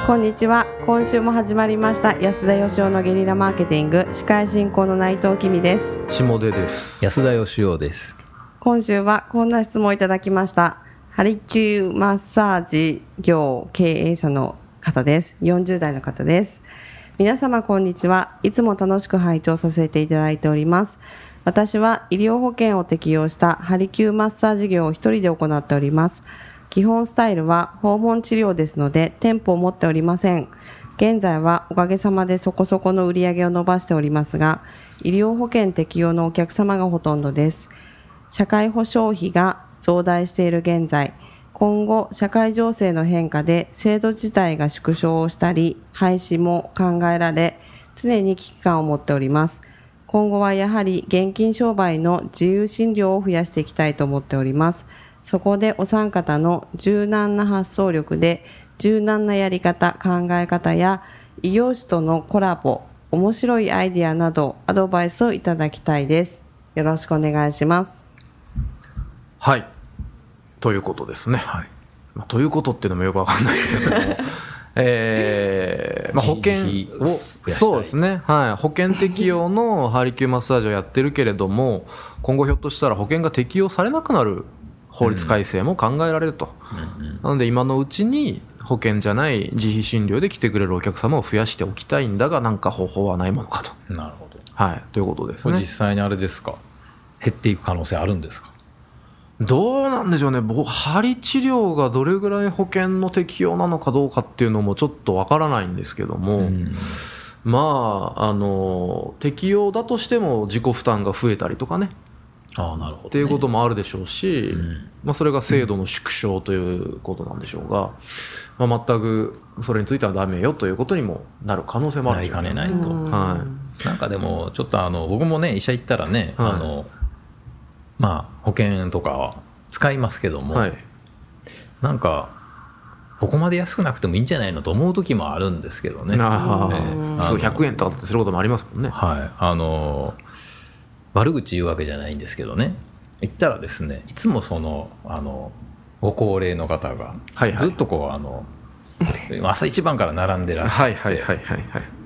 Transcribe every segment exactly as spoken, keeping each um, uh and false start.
こんにちは。今週も始まりました安田義雄のゲリラマーケティング、司会進行の内藤君です。 下出です。 安田義雄です。 今週はこんな質問をいただきました。ハリキューマッサージ業経営者の方です。よんじゅう代の方です。皆様こんにちは。いつも楽しく拝聴させていただいております。私は医療保険を適用したハリキューマッサージ業を一人で行っております。基本スタイルは訪問治療ですので店舗を持っておりません。現在はおかげさまでそこそこの売り上げを伸ばしておりますが、医療保険適用のお客様がほとんどです。社会保障費が増大している現在、今後社会情勢の変化で制度自体が縮小をしたり廃止も考えられ、常に危機感を持っております。今後はやはり現金商売の自由診療を増やしていきたいと思っております。そこでお三方の柔軟な発想力で柔軟なやり方、考え方や異業種とのコラボ、面白いアイデアなどアドバイスをいただきたいです。よろしくお願いします。 はい、ということですね、はい。まあ、ということっていうのもよくわかんないですけどもえーまあ、保険をそうですね、はい、保険適用のハリキューマッサージをやってるけれども、今後ひょっとしたら保険が適用されなくなる法律改正も考えられると、うんうんうん、なので今のうちに保険じゃない自費診療で来てくれるお客様を増やしておきたいんだが、何か方法はないものかと。 なるほど、 はい、ということですね。 実際にあれですか、減っていく可能性あるんですか。 どうなんでしょうね。針治療がどれぐらい保険の適用なのかどうかっていうのもちょっとわからないんですけども、うん、まああの適用だとしても自己負担が増えたりとかね、 ああ、なるほどね、 っていうこともあるでしょうし、うん、まあ、それが制度の縮小ということなんでしょうが、うん、まあ、全くそれについてはダメよということにもなる可能性もあるでしょうね。 なりかねないと、 はい、 なんかでもちょっとあの僕もね医者行ったらね、はい、あのまあ、保険とかは使いますけども、はい、なんかここまで安くなくてもいいんじゃないのと思う時もあるんですけどね。 あ、えー、数百円とかすることもありますもんね。 はい、あの悪口言うわけじゃないんですけどね、言ったらですね、いつもそのあのご高齢の方がずっとこう、はいはい、あの朝一番から並んでらっしゃって、はいはいはいはい、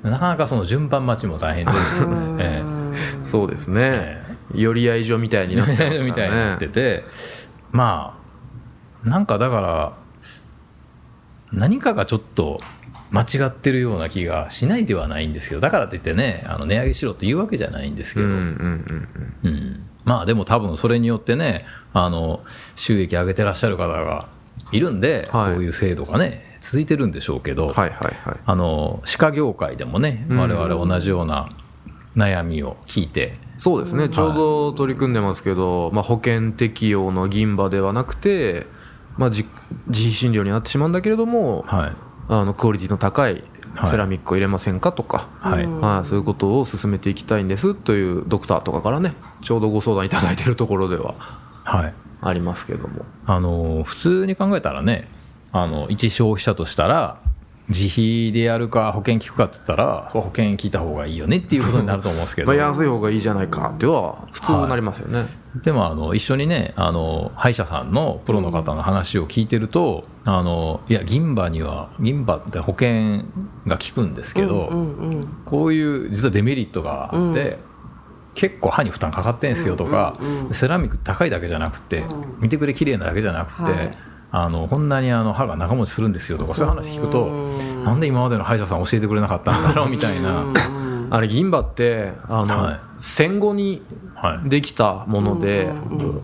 なかなかその順番待ちも大変ですね、えー、そうですね、えー寄り合い所みたいになってますからね。みたいになってて、 まあなんかだから何かがちょっと間違ってるような気がしないではないんですけど、だからといってね、あの値上げしろというわけじゃないんですけど、うんうんうんうん、まあでも多分それによってね、あの収益上げてらっしゃる方がいるんで、はい、こういう制度がね続いてるんでしょうけど、はいはいはい、あの歯科業界でもね、我々同じような悩みを聞いて、 そうですね、ちょうど取り組んでますけど、まあ、保険適用の銀歯ではなくて、まあ、自, 自費診療になってしまうんだけれども、はい、あのクオリティの高いセラミックを入れませんかとか、はいはい、そういうことを進めていきたいんですというドクターとかからね、ちょうどご相談いただいているところではありますけども、 はい、あの普通に考えたらね、あの一消費者としたら自費でやるか保険効くかって言ったら、そう保険効いた方がいいよねっていうことになると思うんですけどまあ安い方がいいじゃないかっていうのは普通になりますよね、はい、 でもあの一緒にね、あの歯医者さんのプロの方の話を聞いてると、うん、あのいや銀歯には銀歯って保険が効くんですけど、うんうんうん、こういう実はデメリットがあって、うん、結構歯に負担かかってんすよとか、うんうんうん、セラミック高いだけじゃなくて、うん、見てくれ綺麗なだけじゃなくて、はい、あのこんなにあの歯が長持ちするんですよとか、そういう話聞くと、なんで今までの歯医者さん教えてくれなかったんだろうみたいなあれ銀歯ってあの、はい、戦後にできたもので、はい、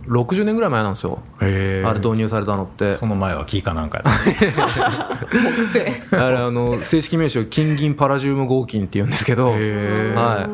ろくじゅうねんぐらい前なんですよ、あれ導入されたのって。 その前はキーかなんかやったあれあの正式名称金銀パラジウム合金って言うんですけど、はい、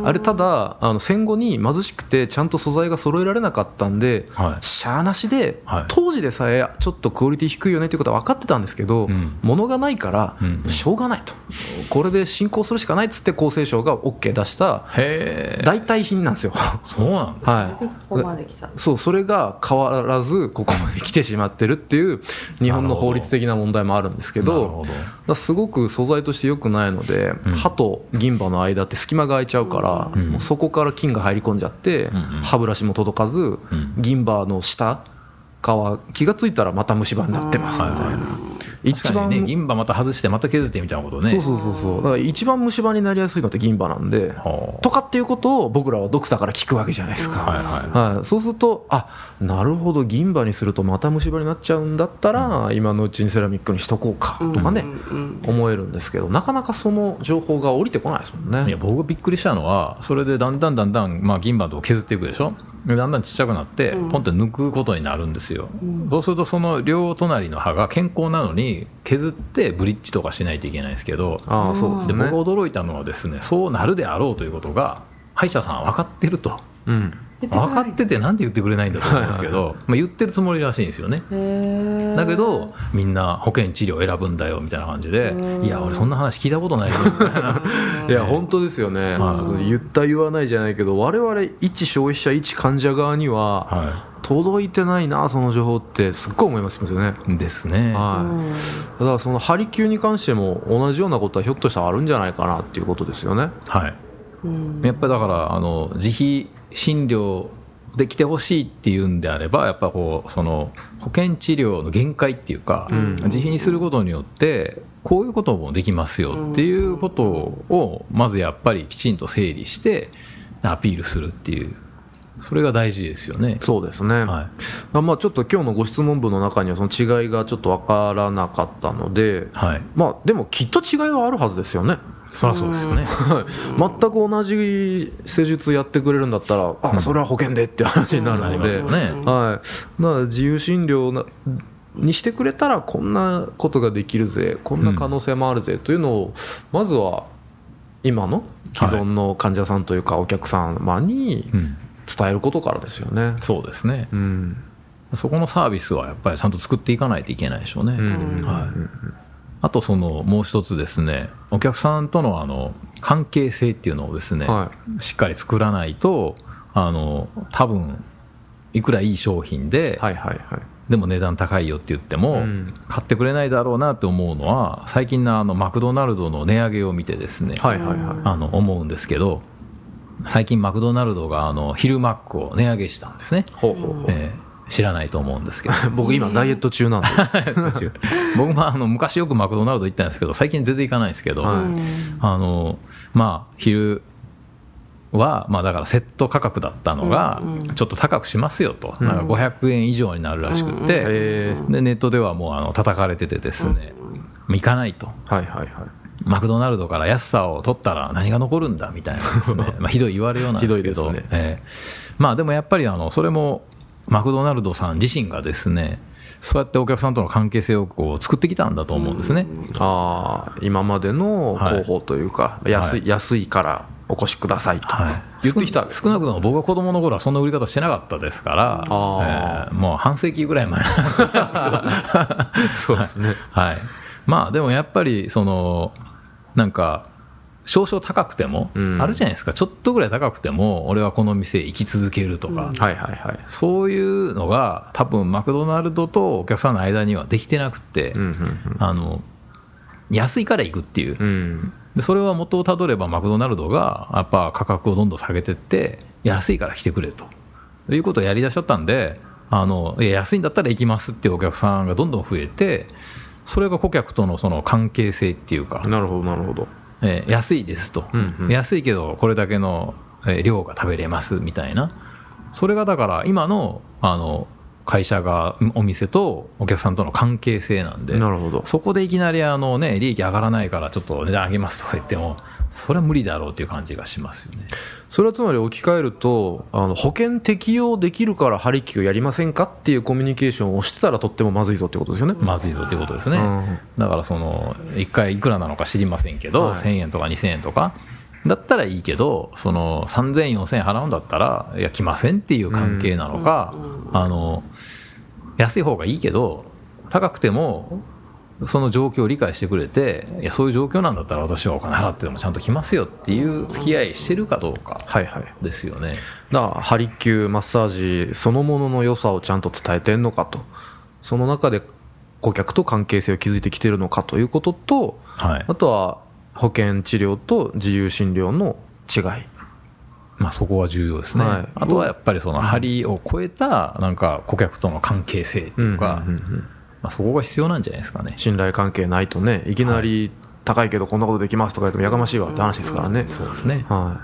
あれただあの戦後に貧しくてちゃんと素材が揃えられなかったんで、はい、しゃーなしで、はい、当時でさえちょっとクオリティ低いよねっていうことは分かってたんですけど、うん、物がないからしょうがないと、うんうん、これで進行するしかないっつって厚生省が OK 出した代替品なんですよ。 そうなんです、 はい、ここまで来た。 そう、それが変わらずここまで来てしまってるっていう日本の法律的な問題もあるんですけど、 ど, どだすごく素材として良くないので、うん、歯と銀歯の間って隙間が空いちゃうから、うん、もうそこから菌が入り込んじゃって、うん、歯ブラシも届かず、うん、銀歯の下かは気がついたらまた虫歯になってますみたいな、はいはい、 一番、ね、銀歯また外してまた削ってみたいなことね。 そうそうそうそう、だから一番虫歯になりやすいのって銀歯なんで、とかっていうことを僕らはドクターから聞くわけじゃないですか、はいはいはい、そうするとあなるほど銀歯にするとまた虫歯になっちゃうんだったら、うん、今のうちにセラミックにしとこうかとかね、うんうん、思えるんですけど、なかなかその情報が降りてこないですもんね。 いや僕びっくりしたのはそれでだんだんだんだん、まあ、銀歯を削っていくでしょ。だんだんちっちゃくなってポンと抜くことになるんですよ、うん、そうするとその両隣の歯が健康なのに削ってブリッジとかしないといけないんですけど、 あそうですね、 で僕が驚いたのはですね、そうなるであろうということが歯医者さんは分かってると、うん、分かっててなんで言ってくれないんだと思うんですけどまあ言ってるつもりらしいんですよね。だけどみんな保険治療を選ぶんだよみたいな感じで、いや俺そんな話聞いたことないよみたいないや本当ですよね、はい、言った言わないじゃないけど我々一消費者一患者側には、はい、届いてないなその情報ってすっごい思いますよね。 ですね、 はい、だからそのハリキューに関しても同じようなことはひょっとしたらあるんじゃないかなっていうことですよね。 はい、やっぱりだからあの自費診療で来てほしいっていうんであればやっぱこうその保険治療の限界っていうか、うん、自費にすることによってこういうこともできますよっていうことをまずやっぱりきちんと整理してアピールするっていう、それが大事ですよね。 そうですね、はい、まあ、ちょっと今日のご質問文の中にはその違いがちょっと分からなかったので、はい、まあ、でもきっと違いはあるはずですよね。 そりゃそうですよね全く同じ施術やってくれるんだったら、あそれは保険でって話になるので、うん、ね、はい、だから自由診療なにしてくれたらこんなことができるぜ、こんな可能性もあるぜというのをまずは今の既存の患者さんというかお客様に伝えることからですよね、うん、 そうですね、うん、そこのサービスはやっぱりちゃんと作っていかないといけないでしょうね、うん、はい、あとそのもう一つですね、お客さんとのあの関係性っていうのをですね、はい、しっかり作らないとあの多分いくらいい商品で、はいはいはい、でも値段高いよって言っても、うん、買ってくれないだろうなって思うのは最近のあのマクドナルドの値上げを見てですね、はいはいはい、あの思うんですけど、最近マクドナルドがあのヒルマックを値上げしたんですね。ほうほうほう、えー知らないと思うんですけど僕今ダイエット中なんで僕もあの昔よくマクドナルド行ったんですけど最近全然行かないんですけど、はい、あのまあ昼はまあだからセット価格だったのがちょっと高くしますよと、うん、なんかごひゃくえん以上になるらしくて、うん、でネットではもうあの叩かれててですね、うん、行かないと、はいはいはい、マクドナルドから安さを取ったら何が残るんだみたいなですねまあひどい言われようなんですけど、ね、えー、まあでもやっぱりあのそれもマクドナルドさん自身がですねそうやってお客さんとの関係性をこう作ってきたんだと思うんですね。 あ今までの広報というか、はい、安い、はい、安いからお越しくださいと、はい、言ってきたんです、 少なくとも僕が子供の頃はそんな売り方してなかったですから、あ、えー、もう半世紀ぐらい前なんですけどそうですね、 はいはい、まあでもやっぱりそのなんか少々高くても、うん、あるじゃないですか、ちょっとぐらい高くても俺はこの店行き続けるとか、うん、はいはいはい、そういうのが多分マクドナルドとお客さんの間にはできてなくて、うんうんうん、あの安いから行くっていう、うん、でそれは元をたどればマクドナルドがやっぱ価格をどんどん下げていって安いから来てくれということをやりだしちゃったんで、あのいや安いんだったら行きますっていうお客さんがどんどん増えて、それが顧客とのその関係性っていうか、 なるほどなるほど、 えー、安いですと、うんうん、安いけどこれだけの量が食べれますみたいな、それがだから今のあの会社がお店とお客さんとの関係性なんで、なるほど、そこでいきなりあの、ね、利益上がらないからちょっと値段上げますとか言ってもそれは無理だろうという感じがしますよね。 それはつまり置き換えると、あの保険適用できるからハリキューやりませんかっていうコミュニケーションをしてたらとってもまずいぞってことですよね。 まずいぞってことですね、うん、だからそのいっかいいくらなのか知りませんけど、はい、せんえんとかにせんえんとかだったらいいけど、そのさんぜんえんよんせんえん払うんだったらいや来ませんっていう関係なのか、うん、あの安い方がいいけど高くてもその状況を理解してくれて、いやそういう状況なんだったら私はお金払ってでもちゃんと来ますよっていう付き合いしてるかどうかですよね、はいはい、 だからハリキューマッサージそのものの良さをちゃんと伝えてんのかと、その中で顧客と関係性を築いてきてるのかということと、はい、あとは保険治療と自由診療の違いまあ、そこは重要ですね、はい、あとはやっぱりその針を超えたなんか顧客との関係性っていうか、うんうんうんうん、まあ、そこが必要なんじゃないですかね。 信頼関係ないとね、いきなり高いけどこんなことできますとか言ってもやかましいわって話ですからね、うんうん、 そうですね、 はい、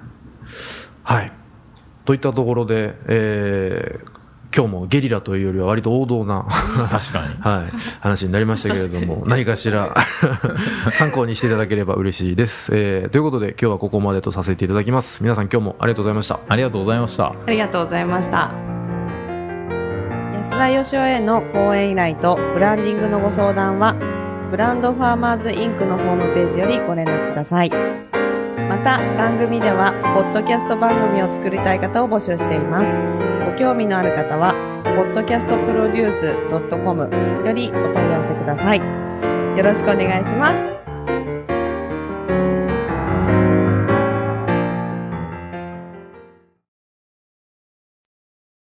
はい、といったところで、えー今日もゲリラというよりは割と王道な確かに、 はい、話になりましたけれども何かしら参考にしていただければ嬉しいです、えー、ということで今日はここまでとさせていただきます。皆さん今日もありがとうございました。 ありがとうございました。 ありがとうございました。安田義雄への講演依頼とブランディングのご相談はブランドファーマーズインクのホームページよりご連絡ください。また番組ではポッドキャスト番組を作りたい方を募集しています。ご興味のある方はポッドキャストプロデュース ドットコム よりお問い合わせください。よろしくお願いします。